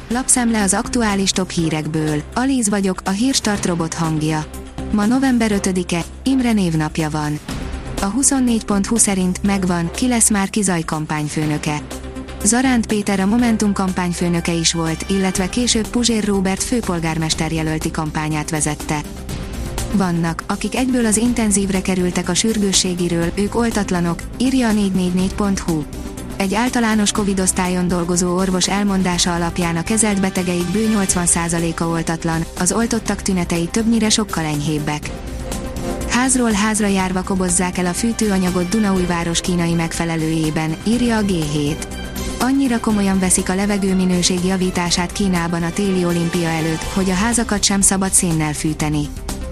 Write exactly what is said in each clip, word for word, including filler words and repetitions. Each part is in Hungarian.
Lapszemle az aktuális top hírekből. Alíz vagyok, a Hírstart robot hangja. Ma november ötödike, Imre névnapja van. A huszonnégy pont hu szerint megvan, ki lesz Márki Zaj kampányfőnöke. Zaránd Péter a Momentum kampányfőnöke is volt, illetve később Puzsér Róbert főpolgármester jelölti kampányát vezette. Vannak, akik egyből az intenzívre kerültek a sürgősségiről, ők oltatlanok, írja a négy négy négy pont hu. Egy általános Covid osztályon dolgozó orvos elmondása alapján a kezelt betegeik bő nyolcvan százaléka oltatlan, az oltottak tünetei többnyire sokkal enyhébbek. Házról házra járva kobozzák el a fűtőanyagot Dunaújváros kínai megfelelőjében, írja a gé hét. Annyira komolyan veszik a levegőminőség javítását Kínában a téli olimpia előtt, hogy a házakat sem szabad szénnel fűteni.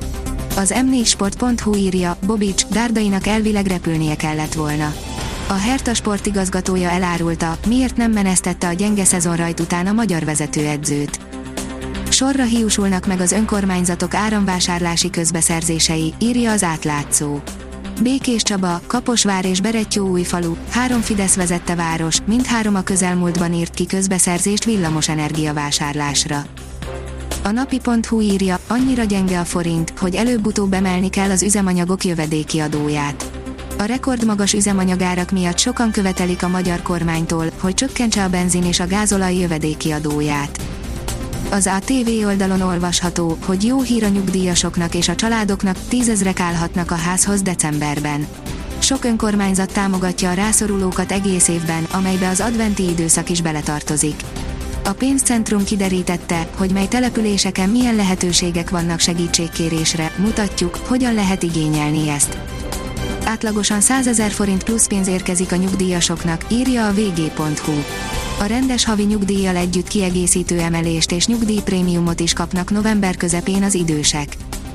Az em négy sport pont hu írja, Bobics, Dárdainak elvileg repülnie kellett volna. A Hertha sportigazgatója elárulta, miért nem menesztette a gyenge szezonrajt után a magyar vezetőedzőt. Sorra hiúsulnak meg az önkormányzatok áramvásárlási közbeszerzései, írja az Átlátszó. Békés Csaba, Kaposvár és Berettyóújfalu, három Fidesz vezette város, mindhárom a közelmúltban írt ki közbeszerzést villamosenergia vásárlásra. A napi pont hu írja, annyira gyenge a forint, hogy előbb-utóbb emelni kell az üzemanyagok jövedéki adóját. A rekordmagas üzemanyagárak miatt sokan követelik a magyar kormánytól, hogy csökkentse a benzin és a gázolaj jövedéki adóját. Az á té vé oldalon olvasható, hogy jó hír a nyugdíjasoknak és a családoknak, tízezrek állhatnak a házhoz decemberben. Sok önkormányzat támogatja a rászorulókat egész évben, amelybe az adventi időszak is beletartozik. A pénzcentrum kiderítette, hogy mely településeken milyen lehetőségek vannak segítségkérésre, mutatjuk, hogyan lehet igényelni ezt. Átlagosan százezer forint plusz pénz érkezik a nyugdíjasoknak, írja a vé gé pont hu. A rendes havi nyugdíjjal együtt kiegészítő emelést és nyugdíjprémiumot is kapnak november közepén az idősek.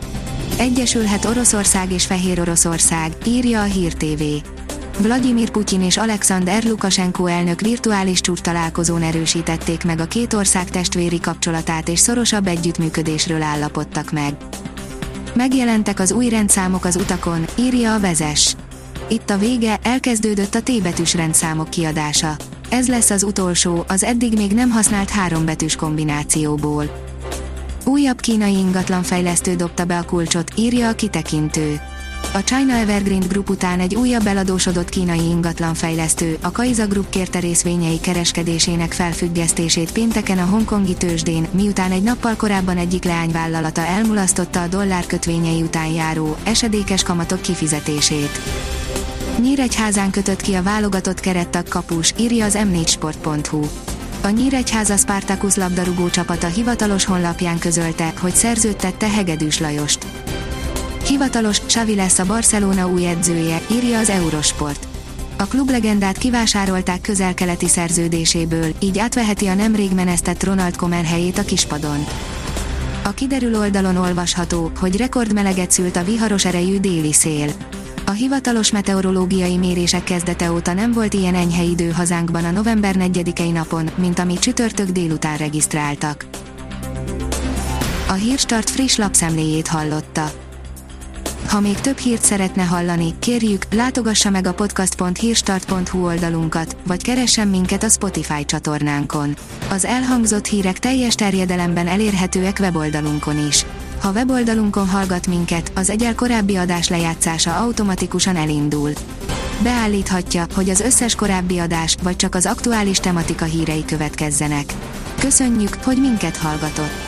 Egyesülhet Oroszország és Fehéroroszország, írja a Hír té vé. Vladimir Putyin és Alexander Lukasenko elnök virtuális csúcstalálkozón erősítették meg a két ország testvéri kapcsolatát és szorosabb együttműködésről állapodtak meg. Megjelentek az új rendszámok az utakon, írja a Vezes. Itt a vége, elkezdődött a T-betűs rendszámok kiadása. Ez lesz az utolsó, az eddig még nem használt hárombetűs kombinációból. Újabb kínai ingatlanfejlesztő dobta be a kulcsot, írja a Kitekintő. A China Evergreen Group után egy újabb eladósodott kínai ingatlanfejlesztő, a Kaiza Group kérte részvényei kereskedésének felfüggesztését pénteken a hongkongi tőzsdén, miután egy nappal korábban egyik leányvállalata elmulasztotta a dollár kötvényei után járó, esedékes kamatok kifizetését. Nyíregyházán kötött ki a válogatott kerettag kapus, írja az em négy sport pont hu. A Nyíregyháza Spartacus labdarúgó csapata hivatalos honlapján közölte, hogy szerződtette Hegedűs Lajost. Hivatalos, Xavi lesz a Barcelona új edzője, írja az Eurosport. A klublegendát kivásárolták közel-keleti szerződéséből, így átveheti a nemrég menesztett Ronald Koeman helyét a kispadon. A kiderül oldalon olvasható, hogy rekordmeleget szült a viharos erejű déli szél. A hivatalos meteorológiai mérések kezdete óta nem volt ilyen enyhe idő hazánkban a november negyedikei napon, mint amit csütörtök délután regisztráltak. A Hírstart friss lapszemléjét hallotta. Ha még több hírt szeretne hallani, kérjük, látogassa meg a podcast pont hírstart pont hu oldalunkat, vagy keressen minket a Spotify csatornánkon. Az elhangzott hírek teljes terjedelemben elérhetőek weboldalunkon is. Ha weboldalunkon hallgat minket, az egyel korábbi adás lejátszása automatikusan elindul. Beállíthatja, hogy az összes korábbi adás, vagy csak az aktuális tematika hírei következzenek. Köszönjük, hogy minket hallgatott!